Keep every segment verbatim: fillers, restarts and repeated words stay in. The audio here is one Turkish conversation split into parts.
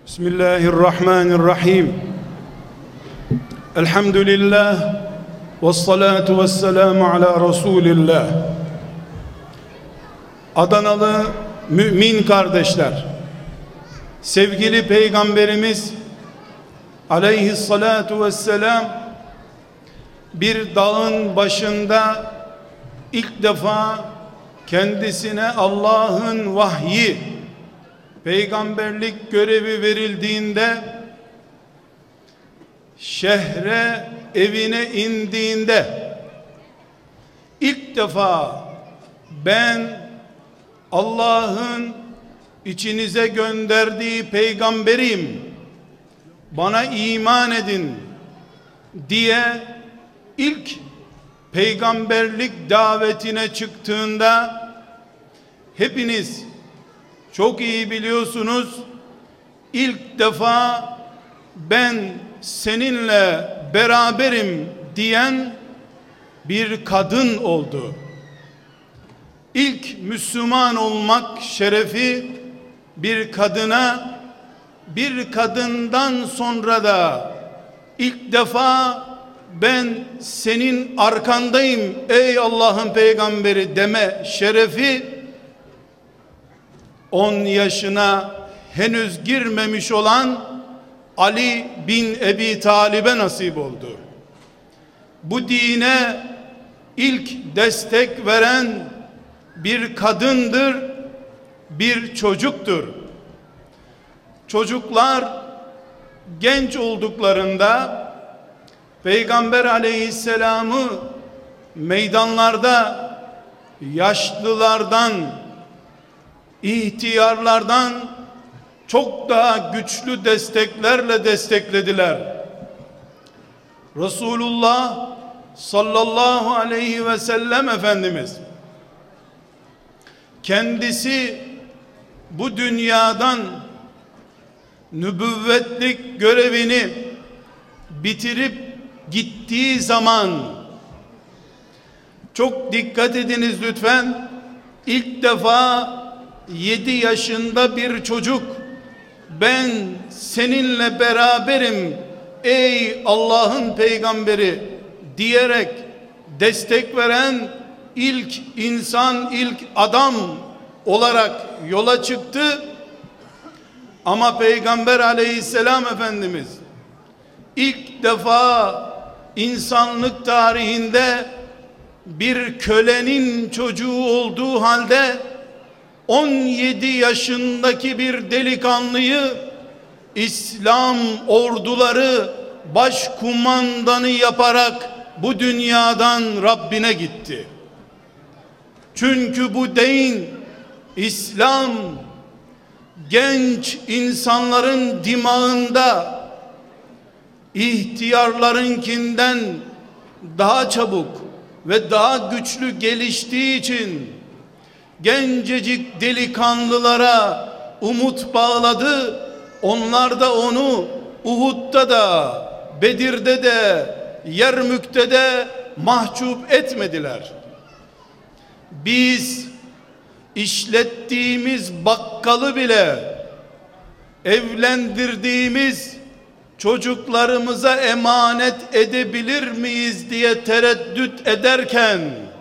Bismillahirrahmanirrahim. Elhamdülillah ve salatu ve selamu ala Resulillah. Adanalı mümin kardeşler, sevgili Peygamberimiz aleyhissalatu vesselam bir dağın başında ilk defa kendisine Allah'ın vahyi, peygamberlik görevi verildiğinde, şehre, evine indiğinde ilk defa ben Allah'ın içinize gönderdiği peygamberiyim, bana iman edin diye ilk peygamberlik davetine çıktığında, hepiniz çok iyi biliyorsunuz, ilk defa ben seninle beraberim diyen bir kadın oldu. İlk Müslüman olmak şerefi bir kadına, bir kadından sonra da ilk defa ben senin arkandayım ey Allah'ın peygamberi deme şerefi on yaşına henüz girmemiş olan Ali bin Ebi Talib'e nasip oldu. Bu dine ilk destek veren bir kadındır, bir çocuktur. Çocuklar genç olduklarında Peygamber aleyhisselamı meydanlarda yaşlılardan, ihtiyarlardan çok daha güçlü desteklerle desteklediler. Resulullah sallallahu aleyhi ve sellem Efendimiz kendisi bu dünyadan nübüvvetlik görevini bitirip gittiği zaman, çok dikkat ediniz lütfen, ilk defa yedi yaşında bir çocuk ben seninle beraberim ey Allah'ın peygamberi diyerek destek veren ilk insan, ilk adam olarak yola çıktı. Ama Peygamber aleyhisselam Efendimiz ilk defa insanlık tarihinde bir kölenin çocuğu olduğu halde on yedi yaşındaki bir delikanlıyı İslam orduları başkumandanı yaparak bu dünyadan Rabbine gitti. Çünkü bu din, İslam, genç insanların dimağında ihtiyarlarınkinden daha çabuk ve daha güçlü geliştiği için gencecik delikanlılara umut bağladı. Onlar da onu Uhud'da da, Bedir'de de, Yermük'te de mahcup etmediler. Biz işlettiğimiz bakkalı bile, evlendirdiğimiz çocuklarımıza emanet edebilir miyiz diye tereddüt ederken,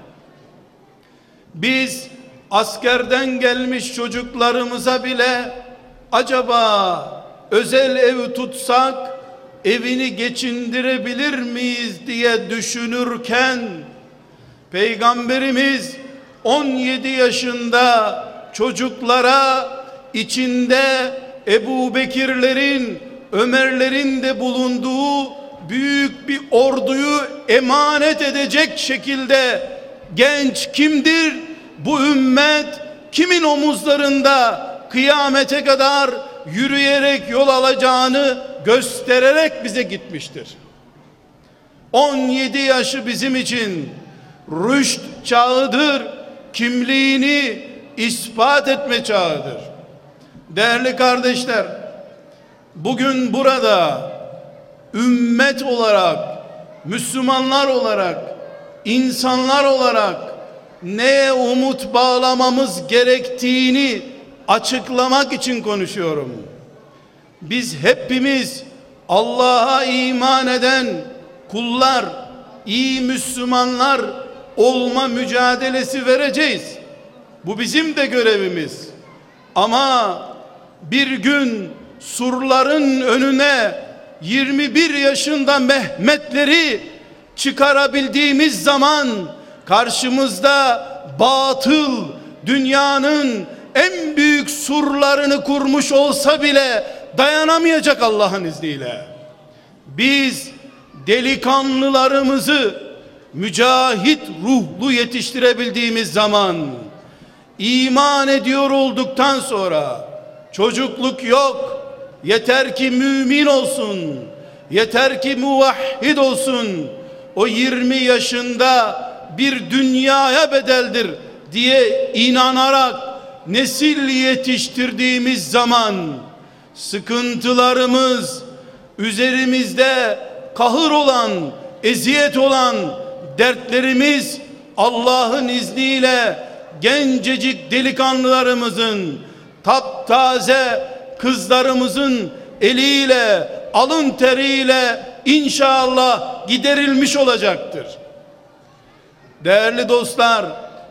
biz askerden gelmiş çocuklarımıza bile acaba özel ev tutsak evini geçindirebilir miyiz diye düşünürken, Peygamberimiz on yedi yaşında çocuklara içinde Ebu Bekirlerin, Ömerlerin de bulunduğu büyük bir orduyu emanet edecek şekilde, genç kimdir? Bu ümmet kimin omuzlarında kıyamete kadar yürüyerek yol alacağını göstererek bize gitmiştir. on yedi yaşı bizim için rüşt çağıdır, kimliğini ispat etme çağıdır. Değerli kardeşler, bugün burada ümmet olarak, Müslümanlar olarak, insanlar olarak neye umut bağlamamız gerektiğini açıklamak için konuşuyorum. biz hepimiz Allah'a iman eden kullar, iyi Müslümanlar olma mücadelesi vereceğiz. Bu bizim de görevimiz. Ama bir gün surların önüne yirmi bir yaşında Mehmetleri çıkarabildiğimiz zaman karşımızda batıl dünyanın en büyük surlarını kurmuş olsa bile dayanamayacak Allah'ın izniyle. Biz delikanlılarımızı mücahit ruhlu yetiştirebildiğimiz zaman, iman ediyor olduktan sonra, çocukluk yok, yeter ki mümin olsun, yeter ki muvahhid olsun, o yirmi yaşında bir dünyaya bedeldir diye inanarak nesil yetiştirdiğimiz zaman, sıkıntılarımız, üzerimizde kahır olan, eziyet olan dertlerimiz Allah'ın izniyle gencecik delikanlılarımızın, taptaze kızlarımızın eliyle, alın teriyle inşallah giderilmiş olacaktır. Değerli dostlar,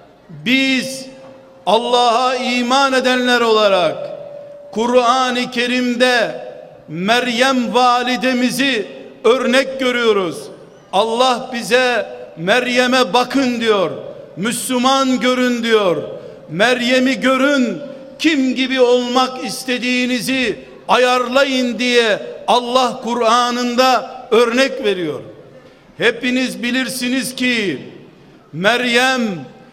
biz Allah'a iman edenler olarak Kur'an-ı Kerim'de Meryem validemizi örnek görüyoruz. Allah bize Meryem'e bakın diyor, Müslüman görün diyor. Meryem'i görün, kim gibi olmak istediğinizi ayarlayın diye Allah Kur'an'ında örnek veriyor. Hepiniz bilirsiniz ki Meryem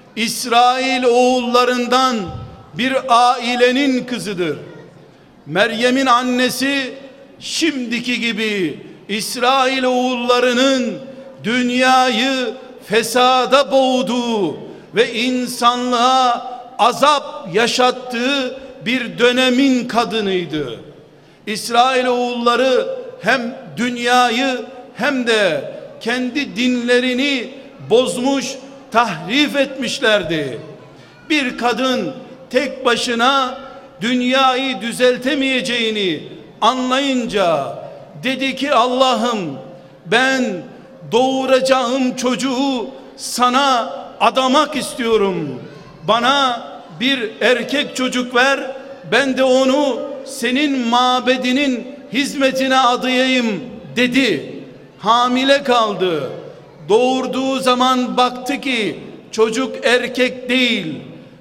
İsrail oğullarından bir ailenin kızıdır. Meryem'in annesi şimdiki gibi İsrail oğullarının dünyayı fesada boğduğu ve insanlığa azap yaşattığı bir dönemin kadınıydı. İsrail oğulları hem dünyayı hem de kendi dinlerini bozmuş, tahrif etmişlerdi. Bir kadın tek başına dünyayı düzeltemeyeceğini anlayınca dedi ki Allah'ım, ben doğuracağım çocuğu sana adamak istiyorum. Bana bir erkek çocuk ver, ben de onu senin mabedinin hizmetine adayayım dedi. Hamile kaldı. Doğurduğu zaman baktı ki çocuk erkek değil.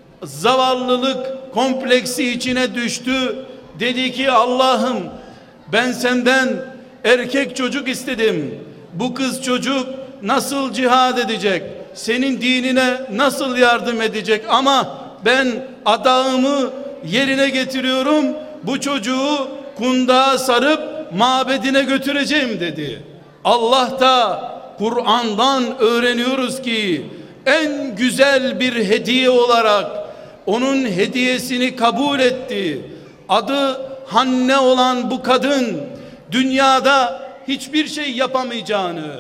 Zavallılık kompleksi içine düştü. Dedi ki Allah'ım, ben senden erkek çocuk istedim. Bu kız çocuk nasıl cihad edecek? Senin dinine nasıl yardım edecek? Ama ben adağımı yerine getiriyorum. Bu çocuğu kundağa sarıp mabedine götüreceğim dedi. Allah da Kur'an'dan öğreniyoruz ki en güzel bir hediye olarak onun hediyesini kabul etti. Adı Hanne olan bu kadın dünyada hiçbir şey yapamayacağını,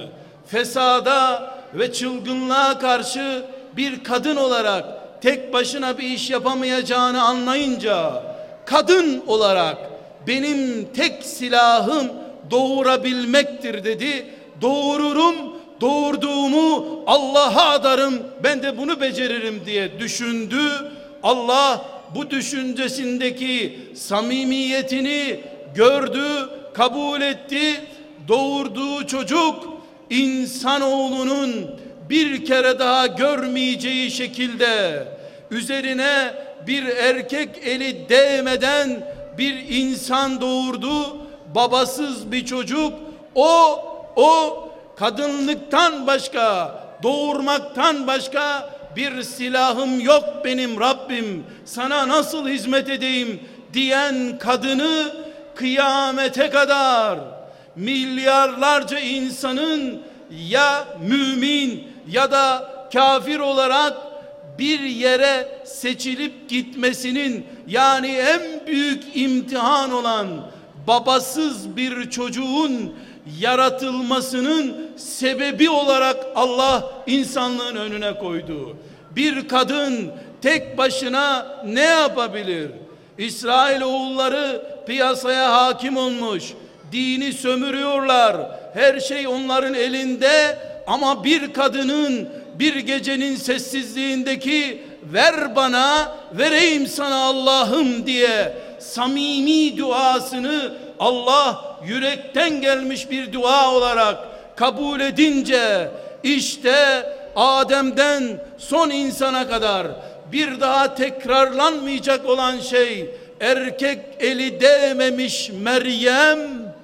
fesada ve çılgınlığa karşı bir kadın olarak tek başına bir iş yapamayacağını anlayınca, kadın olarak benim tek silahım doğurabilmektir dedi. Doğururum, doğurduğumu Allah'a adarım, ben de bunu beceririm diye düşündü. Allah bu düşüncesindeki samimiyetini gördü, kabul etti. Doğurduğu çocuk insanoğlunun bir kere daha görmeyeceği şekilde üzerine bir erkek eli değmeden bir insan doğurdu. Babasız bir çocuk. O o kadınlıktan başka, doğurmaktan başka bir silahım yok benim Rabbim, sana nasıl hizmet edeyim diyen kadını kıyamete kadar milyarlarca insanın ya mümin ya da kafir olarak bir yere seçilip gitmesinin, yani en büyük imtihan olan babasız bir çocuğun yaratılmasının sebebi olarak Allah insanlığın önüne koydu. Bir kadın tek başına ne yapabilir? İsrail oğulları piyasaya hakim olmuş, dini sömürüyorlar. Her şey onların elinde ama bir kadının bir gecenin sessizliğindeki ver bana vereyim sana Allah'ım diye samimi duasını Allah yürekten gelmiş bir dua olarak kabul edince işte Adem'den son insana kadar bir daha tekrarlanmayacak olan şey, erkek eli değmemiş Meryem,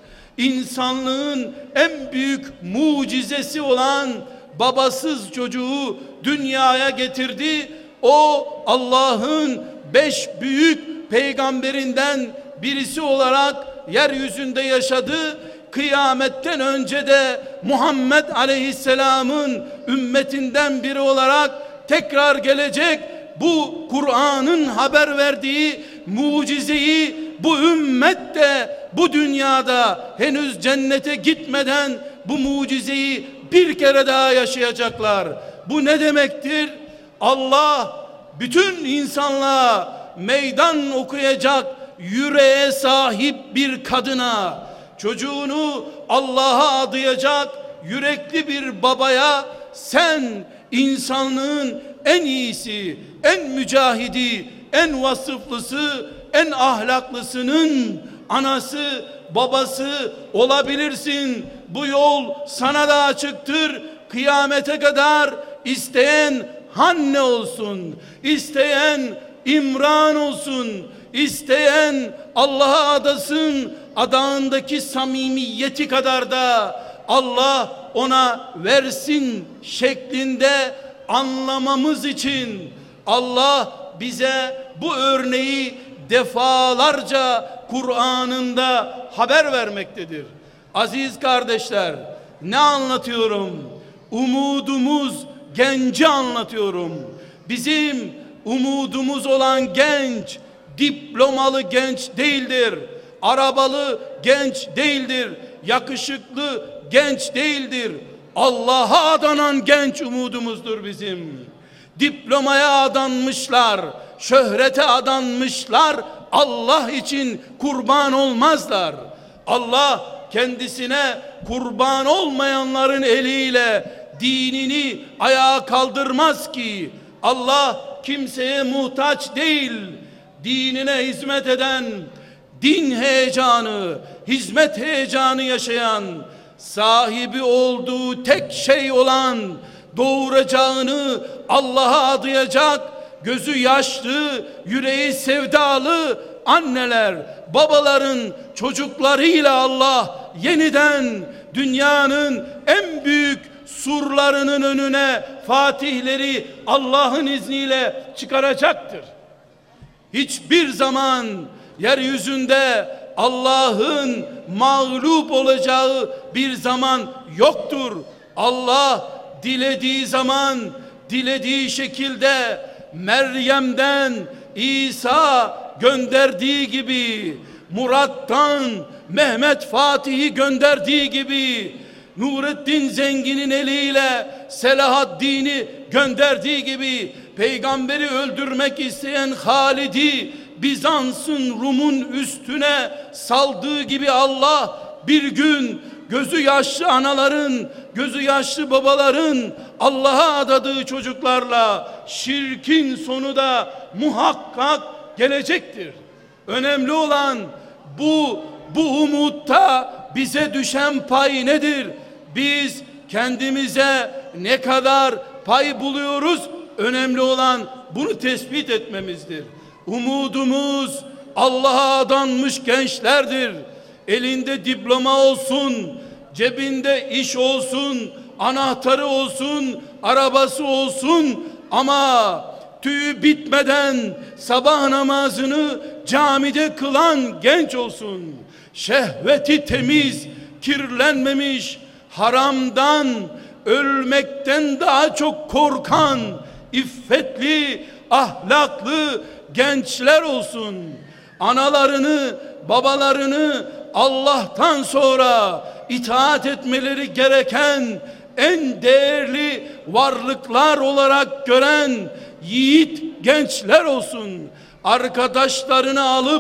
insanlığın en büyük mucizesi olan babasız çocuğu dünyaya getirdi. O Allah'ın beş büyük peygamberinden birisi olarak yeryüzünde yaşadı. Kıyametten önce de Muhammed Aleyhisselam'ın ümmetinden biri olarak tekrar gelecek. Bu Kur'an'ın haber verdiği mucizeyi bu ümmet de bu dünyada henüz cennete gitmeden bu mucizeyi bir kere daha yaşayacaklar. Bu ne demektir? Allah bütün insanlığa meydan okuyacak yüreğe sahip bir kadına, çocuğunu Allah'a adayacak yürekli bir babaya, sen insanlığın en iyisi, en mücahidi, en vasıflısı, en ahlaklısının anası, babası olabilirsin. Bu yol sana da açıktır. Kıyamete kadar isteyen Hanne olsun, isteyen İmran olsun, isteyen Allah'a adasın, adağındaki samimiyeti kadar da Allah ona versin şeklinde anlamamız için Allah bize bu örneği defalarca Kur'an'ında haber vermektedir. Aziz kardeşler, ne anlatıyorum? Umudumuz genci anlatıyorum. Bizim umudumuz olan genç diplomalı genç değildir. Arabalı genç değildir. Yakışıklı genç değildir. Allah'a adanan genç umudumuzdur bizim. Diplomaya adanmışlar, şöhrete adanmışlar, Allah için kurban olmazlar. Allah kendisine kurban olmayanların eliyle dinini ayağa kaldırmaz ki. Allah kimseye muhtaç değil. Dinine hizmet eden, din heyecanı, hizmet heyecanı yaşayan, sahibi olduğu tek şey olan, doğuracağını Allah'a adayacak, gözü yaşlı, yüreği sevdalı anneler, babaların çocuklarıyla Allah yeniden dünyanın en büyük surlarının önüne fatihleri Allah'ın izniyle çıkaracaktır. Hiçbir zaman yeryüzünde Allah'ın mağlup olacağı bir zaman yoktur. Allah dilediği zaman, dilediği şekilde Meryem'den İsa gönderdiği gibi, Murat'tan Mehmet Fatih'i gönderdiği gibi, Nurettin Zengin'in eliyle Selahaddin'i gönderdiği gibi, peygamberi öldürmek isteyen Halid'i Bizans'ın Rum'un üstüne saldığı gibi Allah bir gün gözü yaşlı anaların, gözü yaşlı babaların Allah'a adadığı çocuklarla şirkin sonu da muhakkak gelecektir. Önemli olan bu, bu umutta bize düşen pay nedir? Biz kendimize ne kadar pay buluyoruz? Önemli olan bunu tespit etmemizdir. Umudumuz Allah'a adanmış gençlerdir. Elinde diploma olsun, cebinde iş olsun, anahtarı olsun, arabası olsun ama tüyü bitmeden sabah namazını camide kılan genç olsun. Şehveti temiz, kirlenmemiş, haramdan, ölmekten daha çok korkan, iffetli, ahlaklı gençler olsun. Analarını, babalarını Allah'tan sonra itaat etmeleri gereken en değerli varlıklar olarak gören yiğit gençler olsun. Arkadaşlarını alıp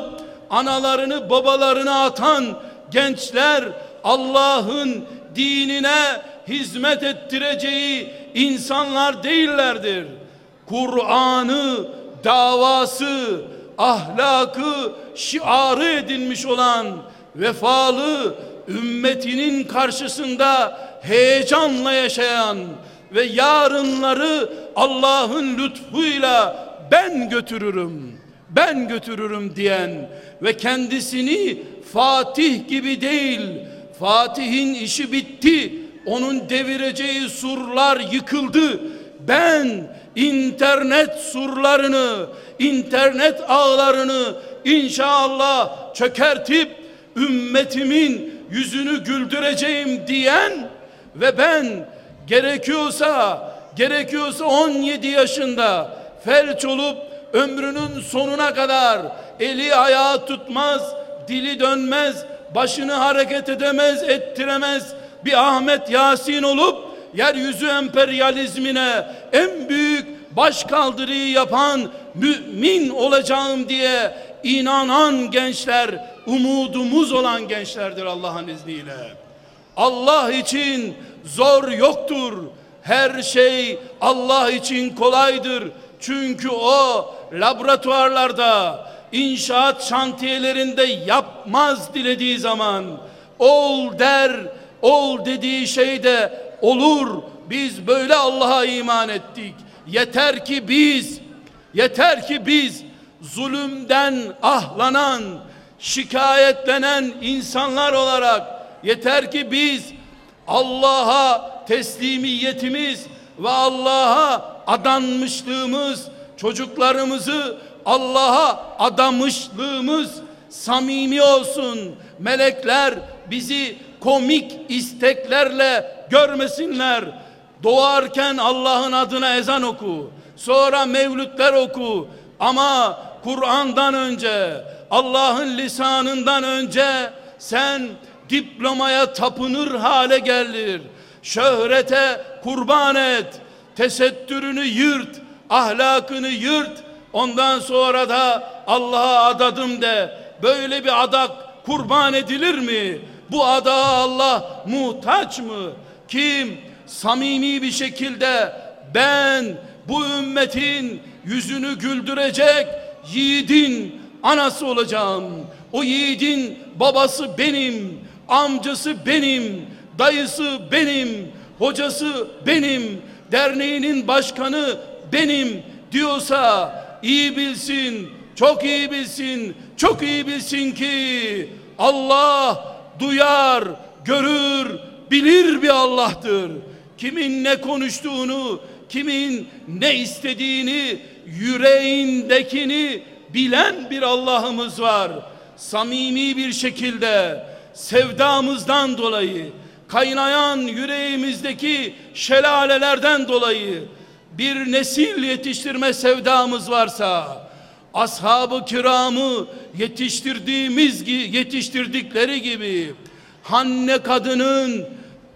analarını babalarını atan gençler Allah'ın dinine hizmet ettireceği insanlar değillerdir. Kur'an'ı, davası, ahlakı, şiarı edinmiş olan vefalı, ümmetinin karşısında heyecanla yaşayan ve yarınları Allah'ın lütfuyla ben götürürüm, ben götürürüm diyen ve kendisini Fatih gibi değil, Fatih'in işi bitti, onun devireceği surlar yıkıldı, ben internet surlarını, internet ağlarını inşallah çökertip ümmetimin yüzünü güldüreceğim diyen ve ben gerekiyorsa gerekiyorsa on yedi yaşında felç olup ömrünün sonuna kadar eli ayağı tutmaz, dili dönmez, başını hareket edemez, ettiremez bir Ahmet Yasin olup yeryüzü emperyalizmine en büyük başkaldırıyı yapan mümin olacağım diye inanan gençler, umudumuz olan gençlerdir Allah'ın izniyle. Allah için zor yoktur. Her şey Allah için kolaydır. Çünkü o laboratuvarlarda, inşaat şantiyelerinde yapmaz dilediği zaman. Ol der, ol dediği şey de olur. Biz böyle Allah'a iman ettik. Yeter ki biz, yeter ki biz zulümden ahlanan, şikayetlenen insanlar olarak yeter ki biz Allah'a teslimiyetimiz ve Allah'a adanmışlığımız, çocuklarımızı Allah'a adamışlığımız samimi olsun. Melekler bizi komik isteklerle görmesinler. Doğarken Allah'ın adına ezan oku, sonra mevlütler oku, ama Kur'an'dan önce, Allah'ın lisanından önce sen diplomaya tapınır hale gelir. Şöhrete kurban et, tesettürünü yırt, ahlakını yırt. Ondan sonra da Allah'a adadım de. Böyle bir adak kurban edilir mi? Bu adağa Allah muhtaç mı? Kim samimi bir şekilde ben bu ümmetin yüzünü güldürecek yiğidin anası olacağım. O yiğidin babası benim, amcası benim, dayısı benim, hocası benim, derneğinin başkanı benim diyorsa iyi bilsin, çok iyi bilsin, çok iyi bilsin ki Allah duyar, görür, bilir bir Allah'tır. Kimin ne konuştuğunu, kimin ne istediğini, yüreğindekini bilen bir Allah'ımız var. Samimi bir şekilde sevdamızdan dolayı, kaynayan yüreğimizdeki şelalelerden dolayı bir nesil yetiştirme sevdamız varsa, ashab-ı kiramı yetiştirdiğimiz yetiştirdikleri gibi Hanne kadının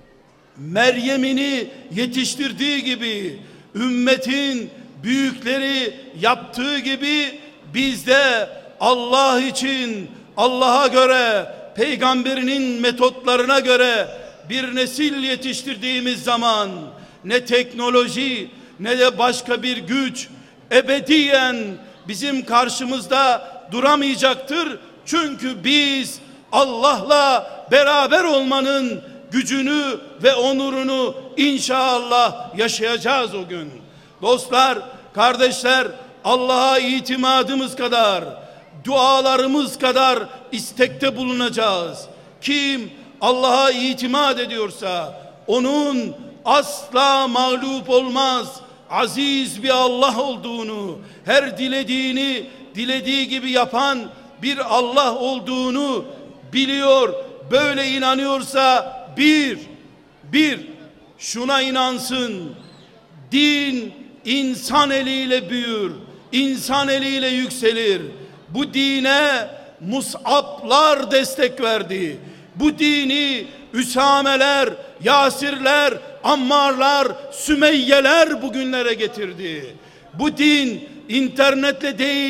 Meryem'ini yetiştirdiği gibi, ümmetin büyükleri yaptığı gibi biz de Allah için, Allah'a göre, peygamberinin metotlarına göre bir nesil yetiştirdiğimiz zaman ne teknoloji ne de başka bir güç ebediyen bizim karşımızda duramayacaktır. Çünkü biz Allah'la beraber olmanın gücünü ve onurunu inşallah yaşayacağız o gün. Dostlar, kardeşler, Allah'a itimadımız kadar, dualarımız kadar istekte bulunacağız. Kim Allah'a itimat ediyorsa onun asla mağlup olmaz, aziz bir Allah olduğunu, her dilediğini dilediği gibi yapan bir Allah olduğunu biliyor. Böyle inanıyorsa bir, bir şuna inansın: din insan eliyle büyür, insan eliyle yükselir. Bu dine Mus'ablar destek verdi. Bu dini Üsameler, Yasirler, Ammarlar, Sümeyyeler bugünlere getirdi. Bu din internetle değil,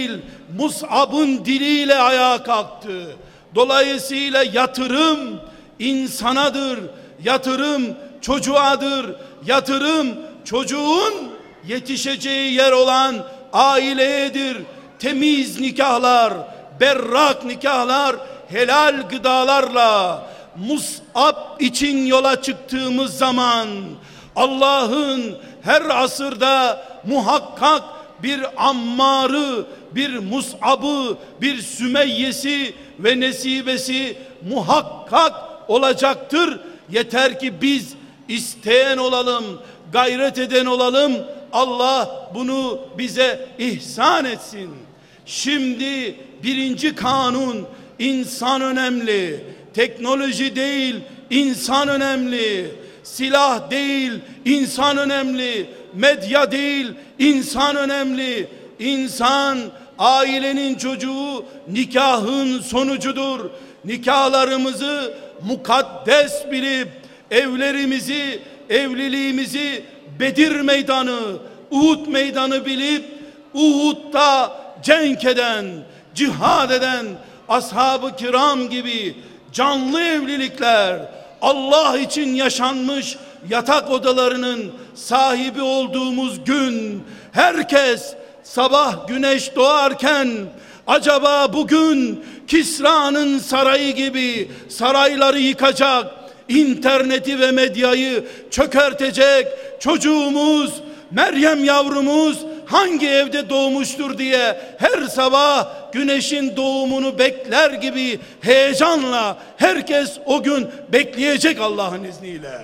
Mus'ab'ın diliyle ayağa kalktı. Dolayısıyla yatırım insanadır, yatırım çocuğadır, yatırım çocuğun yetişeceği yer olan aileyedir. Temiz nikahlar, berrak nikahlar, helal gıdalarla Mus'ab için yola çıktığımız zaman Allah'ın her asırda muhakkak bir Ammar'ı, bir Mus'ab'ı, bir Sümeyye'si ve Nesibesi muhakkak olacaktır. Yeter ki biz isteyen olalım, gayret eden olalım. Allah bunu bize ihsan etsin. Şimdi birinci kanun, insan önemli. Teknoloji değil, insan önemli. Silah değil, insan önemli. Medya değil, insan önemli. İnsan, ailenin çocuğu, nikahın sonucudur. Nikahlarımızı mukaddes bilip evlerimizi, evliliğimizi Bedir meydanı, Uhud meydanı bilip Uhud'da cenk eden, cihad eden ashab-ı kiram gibi canlı evlilikler, Allah için yaşanmış yatak odalarının sahibi olduğumuz gün, herkes sabah güneş doğarken acaba bugün Kisra'nın sarayı gibi sarayları yıkacak, interneti ve medyayı çökertecek çocuğumuz, Meryem yavrumuz hangi evde doğmuştur diye her sabah güneşin doğumunu bekler gibi heyecanla herkes o gün bekleyecek Allah'ın izniyle.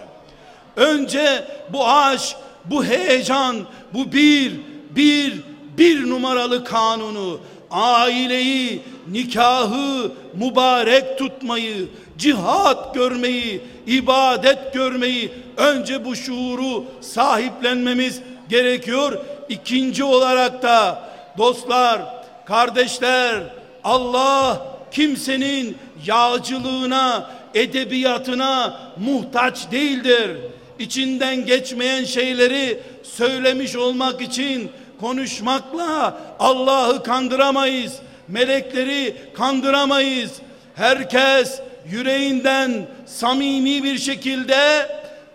Önce bu aşk, bu heyecan, bu bir, bir, bir numaralı kanunu, aileyi, nikahı mübarek tutmayı, cihat görmeyi, ibadet görmeyi, önce bu şuuru sahiplenmemiz gerekiyor. İkinci olarak da dostlar, kardeşler, Allah kimsenin yağcılığına, edebiyatına muhtaç değildir. İçinden geçmeyen şeyleri söylemiş olmak için konuşmakla Allah'ı kandıramayız. Melekleri kandıramayız. Herkes yüreğinden samimi bir şekilde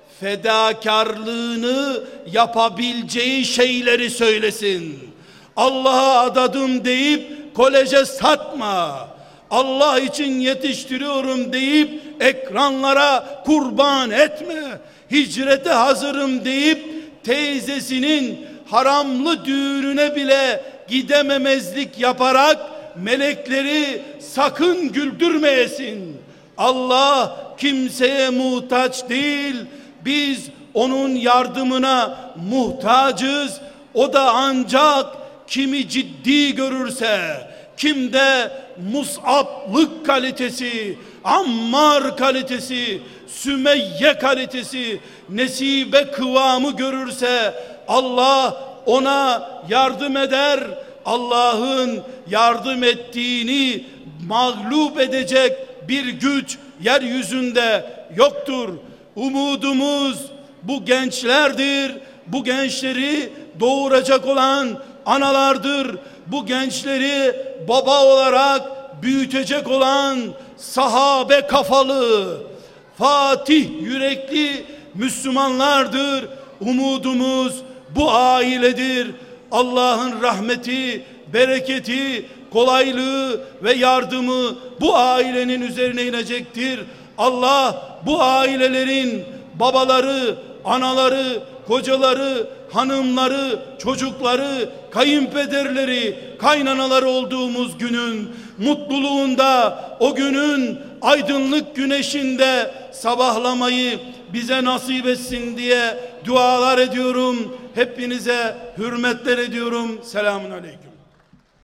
fedakarlığını yapabileceği şeyleri söylesin. Allah'a adadım deyip koleje satma. Allah için yetiştiriyorum deyip ekranlara kurban etme. Hicrete hazırım deyip teyzesinin haramlı düğününe bile gidememezlik yaparak melekleri sakın güldürmeyesin. Allah kimseye muhtaç değil. Biz onun yardımına muhtacız. O da ancak kimi ciddi görürse, kimde Mus'ab'lık kalitesi, Ammar kalitesi, Sümeyye kalitesi, Nesibe kıvamı görürse Allah ona yardım eder. Allah'ın yardım ettiğini mağlup edecek bir güç yeryüzünde yoktur. Umudumuz bu gençlerdir. Bu gençleri doğuracak olan analardır. Bu gençleri baba olarak büyütecek olan sahabe kafalı, Fatih yürekli Müslümanlardır. Umudumuz bu ailedir. Allah'ın rahmeti, bereketi, kolaylığı ve yardımı bu ailenin üzerine inecektir. Allah bu ailelerin babaları, anaları, kocaları, hanımları, çocukları, kayınpederleri, kaynanaları olduğumuz günün mutluluğunda, o günün aydınlık güneşinde sabahlamayı bize nasip etsin diye dualar ediyorum. Hepinize hürmetler ediyorum. Selamun aleyküm.